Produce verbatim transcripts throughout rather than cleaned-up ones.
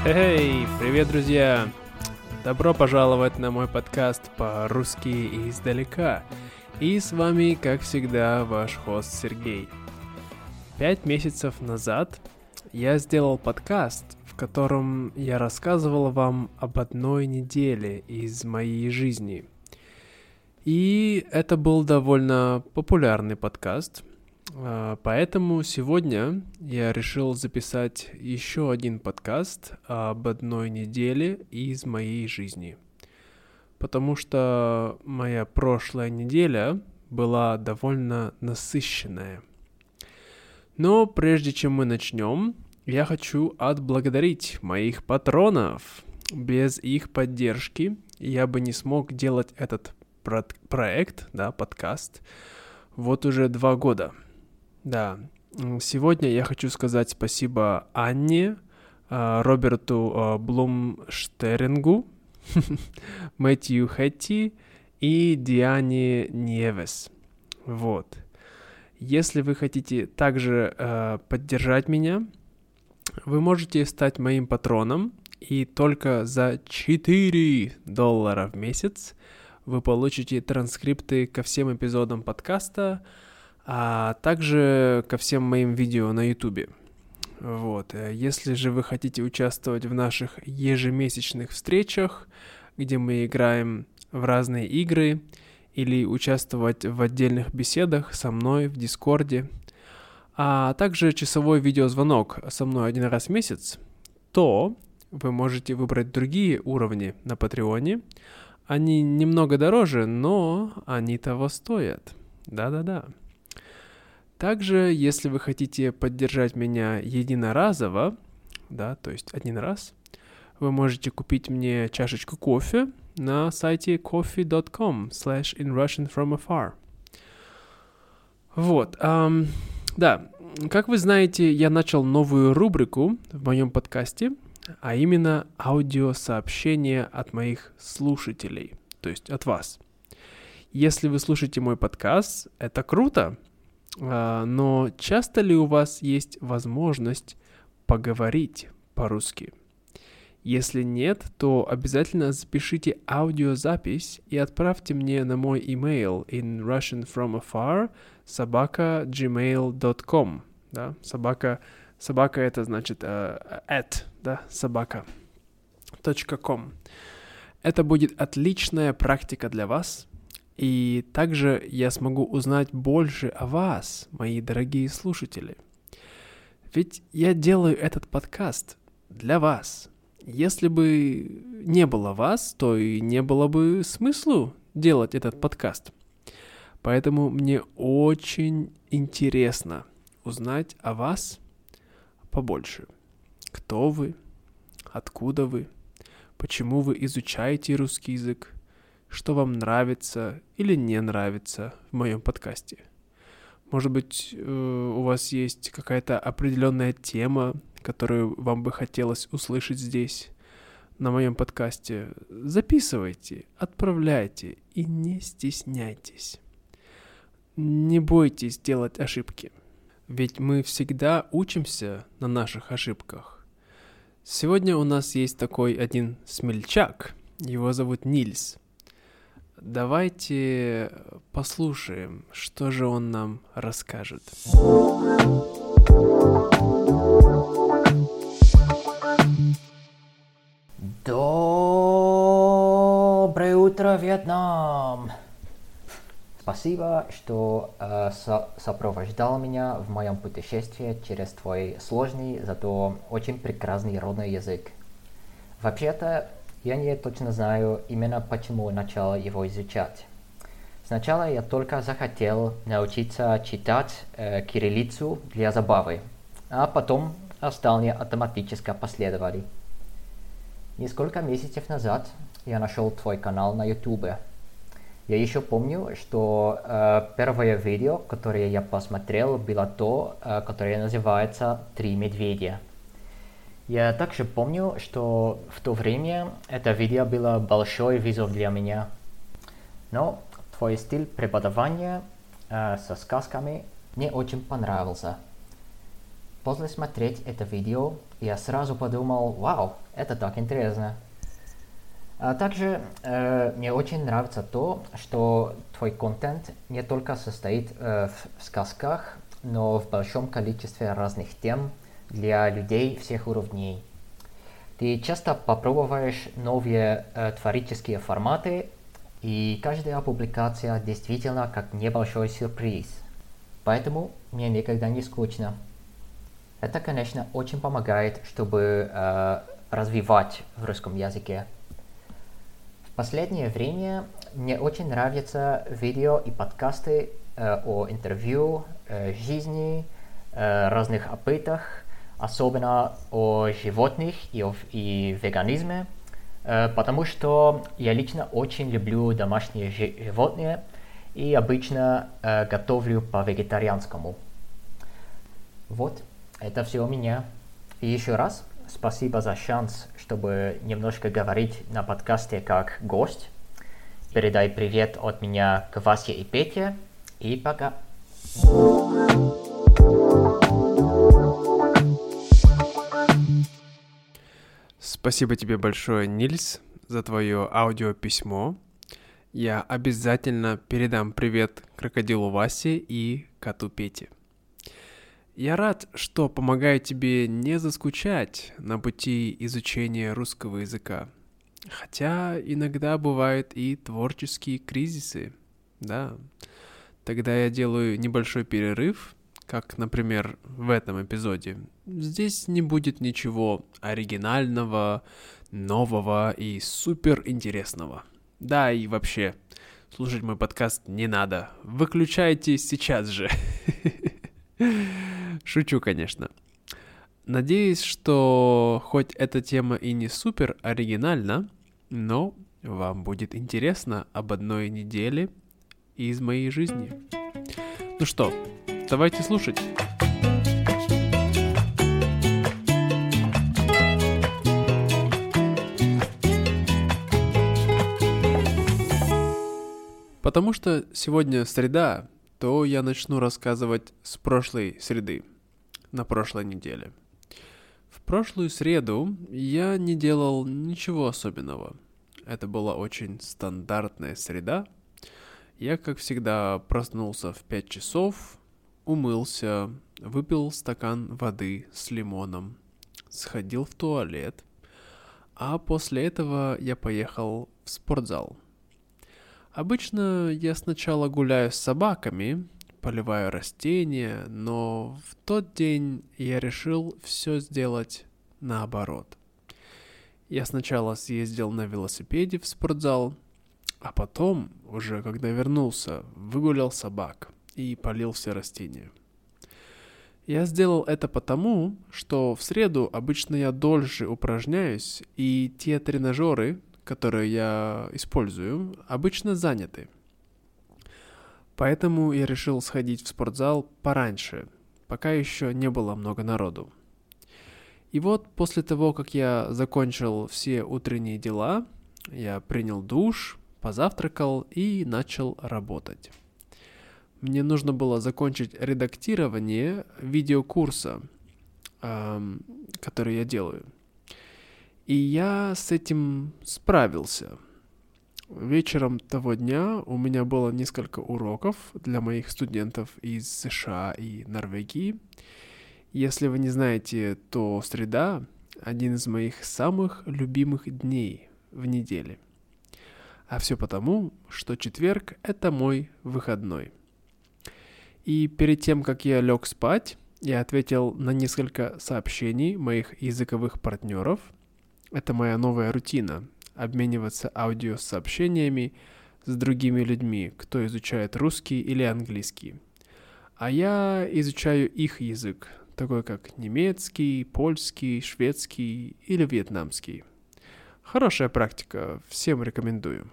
Эй, привет, друзья! Добро пожаловать на мой подкаст по-русски издалека. И с вами, как всегда, ваш хост Сергей. Пять месяцев назад я сделал подкаст, в котором я рассказывал вам об одной неделе из моей жизни. И это был довольно популярный подкаст. Поэтому сегодня я решил записать еще один подкаст об одной неделе из моей жизни. Потому что моя прошлая неделя была довольно насыщенная. Но прежде чем мы начнем, я хочу отблагодарить моих патронов. Без их поддержки я бы не смог делать этот про- проект, да, подкаст, вот уже два года. Да, сегодня я хочу сказать спасибо Анне, Роберту Блумштерингу, Мэтью Хэтти и Диане Невес. Вот. Если вы хотите также э, поддержать меня, вы можете стать моим патроном, и только за четыре доллара в месяц вы получите транскрипты ко всем эпизодам подкаста, а также ко всем моим видео на YouTube. Вот. Если же вы хотите участвовать в наших ежемесячных встречах, где мы играем в разные игры, или участвовать в отдельных беседах со мной в Дискорде, а также часовой видеозвонок со мной один раз в месяц, то вы можете выбрать другие уровни на Патреоне. Они немного дороже, но они того стоят. Да-да-да. Также, если вы хотите поддержать меня единоразово, да, то есть один раз, вы можете купить мне чашечку кофе на сайте coffee dot com slash in Russian from afar. Вот, эм, да, как вы знаете, я начал новую рубрику в моем подкасте, а именно аудиосообщения от моих слушателей, то есть от вас. Если вы слушаете мой подкаст, это круто. Но часто ли у вас есть возможность поговорить по-русски? Если нет, то обязательно запишите аудиозапись и отправьте мне на мой email in Russian from afar собака gmail dot com. Да? Собака, собака это значит uh, at, да, собака .com. Это будет отличная практика для вас. И также я смогу узнать больше о вас, мои дорогие слушатели. Ведь я делаю этот подкаст для вас. Если бы не было вас, то и не было бы смысла делать этот подкаст. Поэтому мне очень интересно узнать о вас побольше. Кто вы? Откуда вы? Почему вы изучаете русский язык? Что вам нравится или не нравится в моем подкасте. Может быть, у вас есть какая-то определенная тема, которую вам бы хотелось услышать здесь, на моем подкасте. Записывайте, отправляйте и не стесняйтесь. Не бойтесь делать ошибки, ведь мы всегда учимся на наших ошибках. Сегодня у нас есть такой один смельчак, его зовут Нильс. Давайте послушаем, что же он нам расскажет. Доброе утро, Вьетнам! Спасибо, что э, со- сопровождал меня в моем путешествии через твой сложный, зато очень прекрасный родной язык. Вообще-то, я не точно знаю именно почему начал его изучать. Сначала я только захотел научиться читать э, кириллицу для забавы, а потом остальные автоматически последовали. Несколько месяцев назад я нашел твой канал на YouTube. Я еще помню, что э, первое видео, которое я посмотрел, было то, э, которое называется «Три медведя». Я также помню, что в то время это видео было большой вызов для меня. Но твой стиль преподавания э, со сказками мне очень понравился. После смотреть это видео, я сразу подумал, вау, это так интересно. А также э, мне очень нравится то, что твой контент не только состоит э, в сказках, но в большом количестве разных тем для людей всех уровней. Ты часто попробуешь новые э, творческие форматы, и каждая публикация действительно как небольшой сюрприз. Поэтому мне никогда не скучно. Это, конечно, очень помогает, чтобы э, развивать в русском языке. В последнее время мне очень нравятся видео и подкасты э, о интервью, э, жизни, э, разных опытах, особенно о животных и, о, и веганизме, э, потому что я лично очень люблю домашние жи- животные и обычно э, готовлю по-вегетарианскому. Вот, это все у меня. И еще раз спасибо за шанс, чтобы немножко говорить на подкасте как гость. Передай привет от меня к Васе и Пете. И пока. Спасибо тебе большое, Нильс, за твое аудиописьмо. Я обязательно передам привет крокодилу Васе и коту Пете. Я рад, что помогаю тебе не заскучать на пути изучения русского языка. Хотя иногда бывают и творческие кризисы, да. Тогда я делаю небольшой перерыв, как, например, в этом эпизоде. Здесь не будет ничего оригинального, нового и супер интересного. Да, и вообще, слушать мой подкаст не надо. Выключайте сейчас же. Шучу, конечно. Надеюсь, что хоть эта тема и не супер оригинальна, но вам будет интересно об одной неделе из моей жизни. Ну что, давайте слушать. Потому что сегодня среда, то я начну рассказывать с прошлой среды, на прошлой неделе. В прошлую среду я не делал ничего особенного. Это была очень стандартная среда. Я, как всегда, проснулся в пять часов, умылся, выпил стакан воды с лимоном, сходил в туалет, а после этого я поехал в спортзал. Обычно я сначала гуляю с собаками, поливаю растения, но в тот день я решил все сделать наоборот. Я сначала съездил на велосипеде в спортзал, а потом, уже когда вернулся, выгулял собак и полил все растения. Я сделал это потому, что в среду обычно я дольше упражняюсь, и те тренажеры, которые я использую, обычно заняты. Поэтому я решил сходить в спортзал пораньше, пока еще не было много народу. И вот после того, как я закончил все утренние дела, я принял душ, позавтракал и начал работать. Мне нужно было закончить редактирование видеокурса, эм, который я делаю. И я с этим справился. Вечером того дня у меня было несколько уроков для моих студентов из США и Норвегии. Если вы не знаете, то среда – один из моих самых любимых дней в неделе. А все потому, что четверг – это мой выходной. И перед тем, как я лег спать, я ответил на несколько сообщений моих языковых партнеров. Это моя новая рутина – обмениваться аудиосообщениями с другими людьми, кто изучает русский или английский. А я изучаю их язык, такой как немецкий, польский, шведский или вьетнамский. Хорошая практика, всем рекомендую.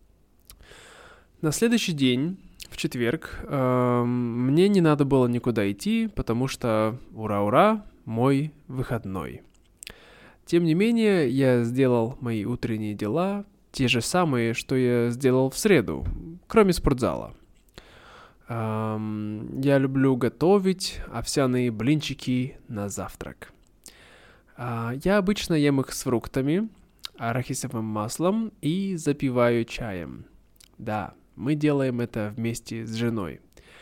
На следующий день, в четверг, э, мне не надо было никуда идти, потому что, ура-ура, мой выходной. Тем не менее, я сделал мои утренние дела, те же самые, что я сделал в среду, кроме спортзала. Эм, я люблю готовить овсяные блинчики на завтрак. Э, я обычно ем их с фруктами, арахисовым маслом и запиваю чаем. Да, мы делаем это вместе с женой.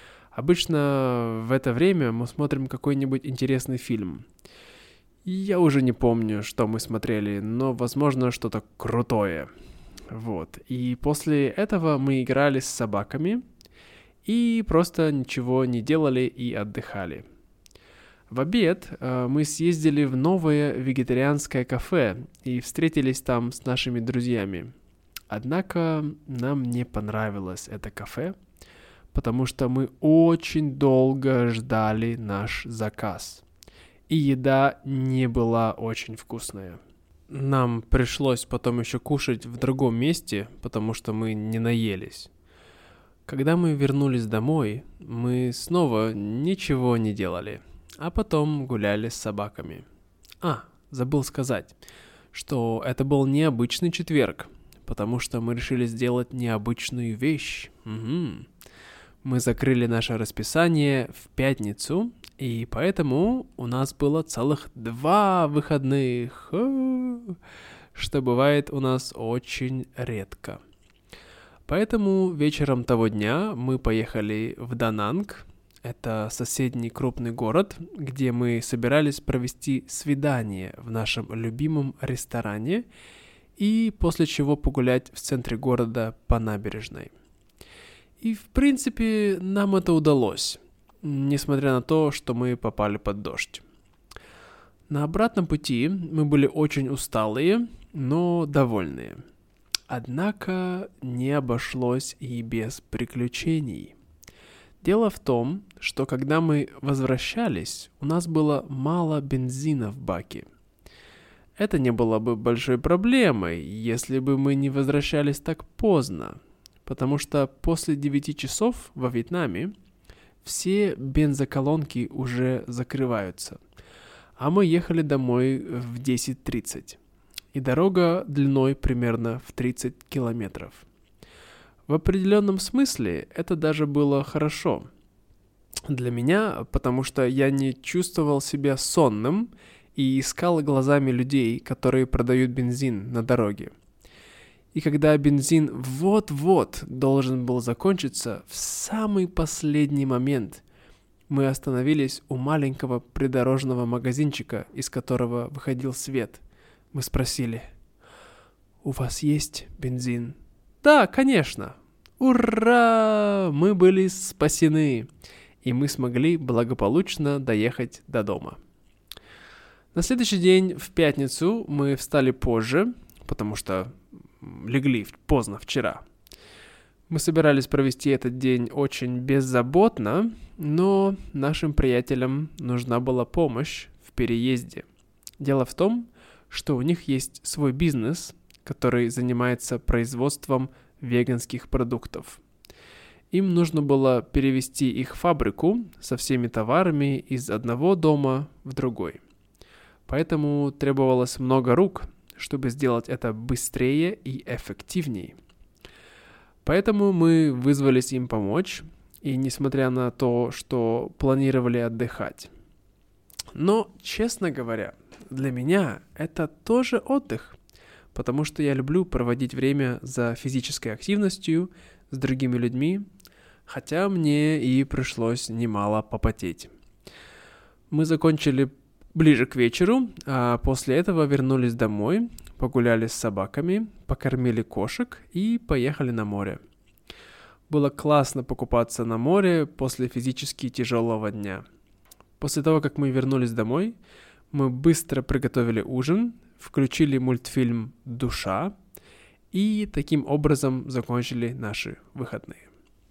Обычно в это время мы смотрим какой-нибудь интересный фильм. Я уже не помню, что мы смотрели, но, возможно, что-то крутое. Вот. И после этого мы играли с собаками и просто ничего не делали и отдыхали. В обед э, мы съездили в новое вегетарианское кафе и встретились там с нашими друзьями. Однако нам не понравилось это кафе, потому что мы очень долго ждали наш заказ. И еда не была очень вкусная. Нам пришлось потом еще кушать в другом месте, потому что мы не наелись. Когда мы вернулись домой, мы снова ничего не делали, а потом гуляли с собаками. А, забыл сказать, что это был необычный четверг, потому что мы решили сделать необычную вещь. Угу. Мы закрыли наше расписание в пятницу, и поэтому у нас было целых два выходных, что бывает у нас очень редко. Поэтому вечером того дня мы поехали в Дананг, это соседний крупный город, где мы собирались провести свидание в нашем любимом ресторане и после чего погулять в центре города по набережной. И, в принципе, нам это удалось, несмотря на то, что мы попали под дождь. На обратном пути мы были очень усталые, но довольные. Однако не обошлось и без приключений. Дело в том, что когда мы возвращались, у нас было мало бензина в баке. Это не было бы большой проблемой, если бы мы не возвращались так поздно. Потому что после девяти часов во Вьетнаме все бензоколонки уже закрываются. А мы ехали домой в десять тридцать. И дорога длиной примерно в тридцать километров. В определенном смысле это даже было хорошо. Для меня, потому что я не чувствовал себя сонным и искал глазами людей, которые продают бензин на дороге. И когда бензин вот-вот должен был закончиться, в самый последний момент мы остановились у маленького придорожного магазинчика, из которого выходил свет. Мы спросили: «У вас есть бензин?» «Да, конечно!» Ура! Мы были спасены, и мы смогли благополучно доехать до дома. На следующий день, в пятницу, мы встали позже, потому что легли поздно вчера. Мы собирались провести этот день очень беззаботно, но нашим приятелям нужна была помощь в переезде. Дело в том, что у них есть свой бизнес, который занимается производством веганских продуктов. Им нужно было перевести их фабрику со всеми товарами из одного дома в другой. Поэтому требовалось много рук, чтобы сделать это быстрее и эффективнее. Поэтому мы вызвались им помочь, и несмотря на то, что планировали отдыхать. Но, честно говоря, для меня это тоже отдых, потому что я люблю проводить время за физической активностью с другими людьми, хотя мне и пришлось немало попотеть. Мы закончили ближе к вечеру, а после этого вернулись домой, погуляли с собаками, покормили кошек и поехали на море. Было классно покупаться на море после физически тяжелого дня. После того, как мы вернулись домой, мы быстро приготовили ужин, включили мультфильм «Душа» и таким образом закончили наши выходные.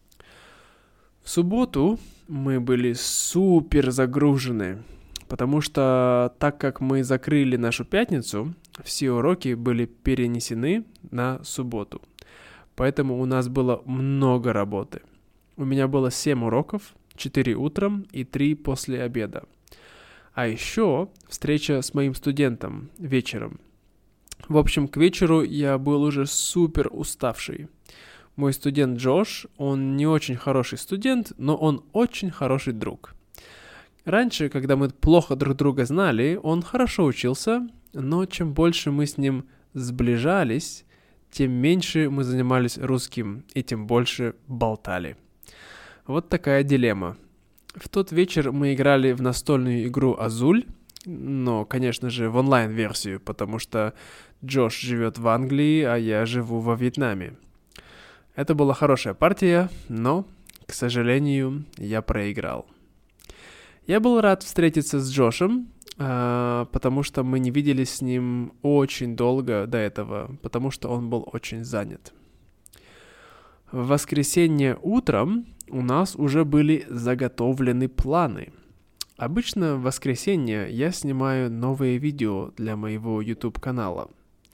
В субботу мы были супер загружены, потому что так как мы закрыли нашу пятницу, все уроки были перенесены на субботу. Поэтому у нас было много работы. У меня было семь уроков, четыре утром и три после обеда. А еще встреча с моим студентом вечером. В общем, к вечеру я был уже супер уставший. Мой студент Джош, он не очень хороший студент, но он очень хороший друг. Раньше, когда мы плохо друг друга знали, он хорошо учился, но чем больше мы с ним сближались, тем меньше мы занимались русским и тем больше болтали. Вот такая дилемма. В тот вечер мы играли в настольную игру «Азуль», но, конечно же, в онлайн-версию, потому что Джош живет в Англии, а я живу во Вьетнаме. Это была хорошая партия, но, к сожалению, я проиграл. Я был рад встретиться с Джошем, э, потому что мы не виделись с ним очень долго до этого, потому что он был очень занят. В воскресенье утром у нас уже были заготовлены планы. Обычно в воскресенье я снимаю новые видео для моего YouTube-канала.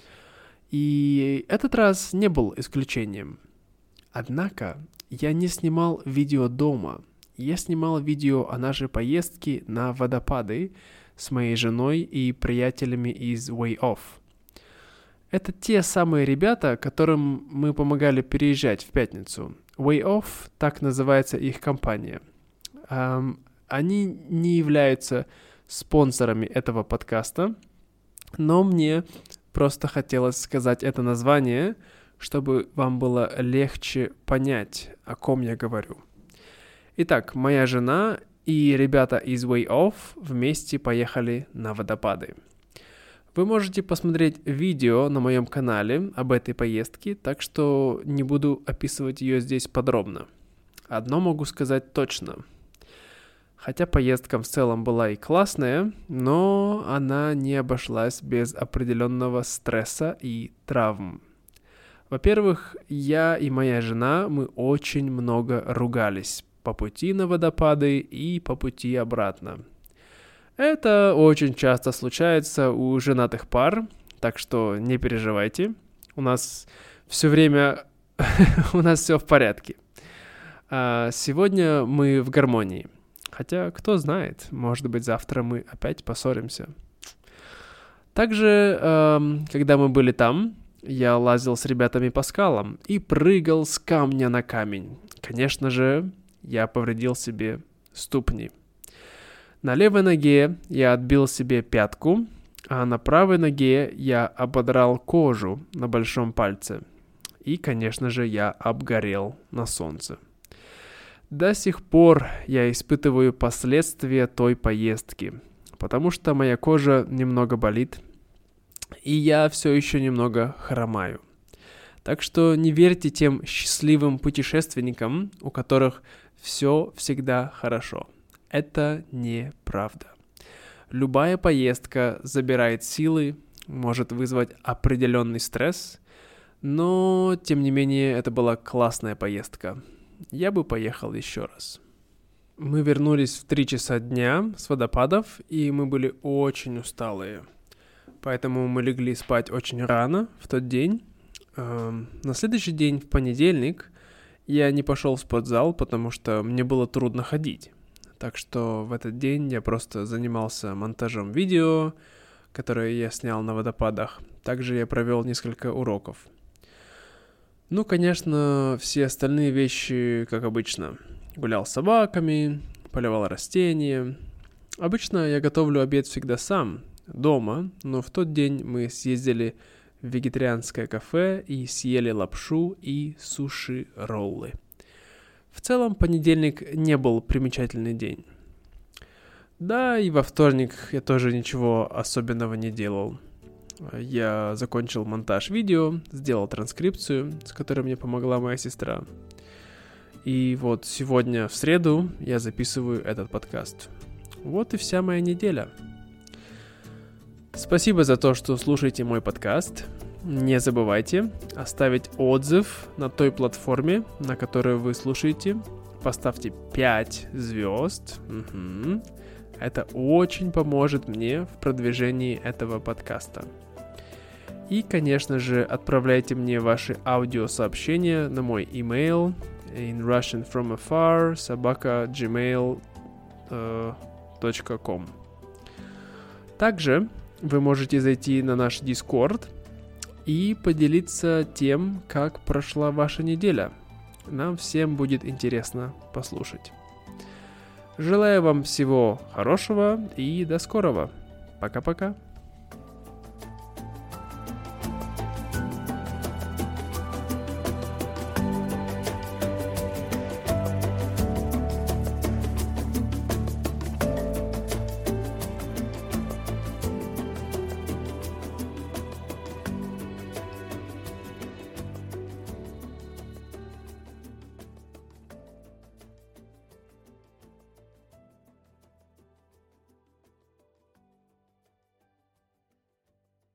И этот раз не был исключением. Однако я не снимал видео дома. Я снимал видео о нашей поездке на водопады с моей женой и приятелями из Way Off. Это те самые ребята, которым мы помогали переезжать в пятницу. Way Off, так называется их компания. Um, они не являются спонсорами этого подкаста, но мне просто хотелось сказать это название, чтобы вам было легче понять, о ком я говорю. Итак, моя жена и ребята из Way Off вместе поехали на водопады. Вы можете посмотреть видео на моем канале об этой поездке, так что не буду описывать ее здесь подробно. Одно могу сказать точно. Хотя поездка в целом была и классная, но она не обошлась без определенного стресса и травм. Во-первых, я и моя жена, мы очень много ругались по пути на водопады и по пути обратно. Это очень часто случается у женатых пар, так что не переживайте. У нас все время у нас все в порядке. А сегодня мы в гармонии. Хотя, кто знает, может быть, завтра мы опять поссоримся. Также, эм, когда мы были там, я лазил с ребятами по скалам и прыгал с камня на камень. Конечно же, я повредил себе ступни. На левой ноге я отбил себе пятку, а на правой ноге я ободрал кожу на большом пальце. И, конечно же, я обгорел на солнце. До сих пор я испытываю последствия той поездки, потому что моя кожа немного болит, и я все еще немного хромаю. Так что не верьте тем счастливым путешественникам, у которых все всегда хорошо. Это неправда. Любая поездка забирает силы, может вызвать определенный стресс, но, тем не менее, это была классная поездка. Я бы поехал еще раз. Мы вернулись в три часа дня с водопадов, и мы были очень усталые. Поэтому мы легли спать очень рано в тот день. Эм, на следующий день, в понедельник, я не пошел в спортзал, потому что мне было трудно ходить. Так что в этот день я просто занимался монтажом видео, которое я снял на водопадах. Также я провел несколько уроков. Ну, конечно, все остальные вещи, как обычно. Гулял с собаками, поливал растения. Обычно я готовлю обед всегда сам, дома, но в тот день мы съездили в вегетарианское кафе и съели лапшу и суши-роллы. В целом, понедельник не был примечательный день. Да, и во вторник я тоже ничего особенного не делал. Я закончил монтаж видео, сделал транскрипцию, с которой мне помогла моя сестра. И вот сегодня, в среду, я записываю этот подкаст. Вот и вся моя неделя. Спасибо за то, что слушаете мой подкаст. Не забывайте оставить отзыв на той платформе, на которой вы слушаете. Поставьте пять звезд. Угу. Это очень поможет мне в продвижении этого подкаста. И, конечно же, отправляйте мне ваши аудиосообщения на мой email in russian from afar собака gmail точка ком. Также вы можете зайти на наш Discord. и поделиться тем, как прошла ваша неделя. Нам всем будет интересно послушать. Желаю вам всего хорошего и до скорого. Пока-пока.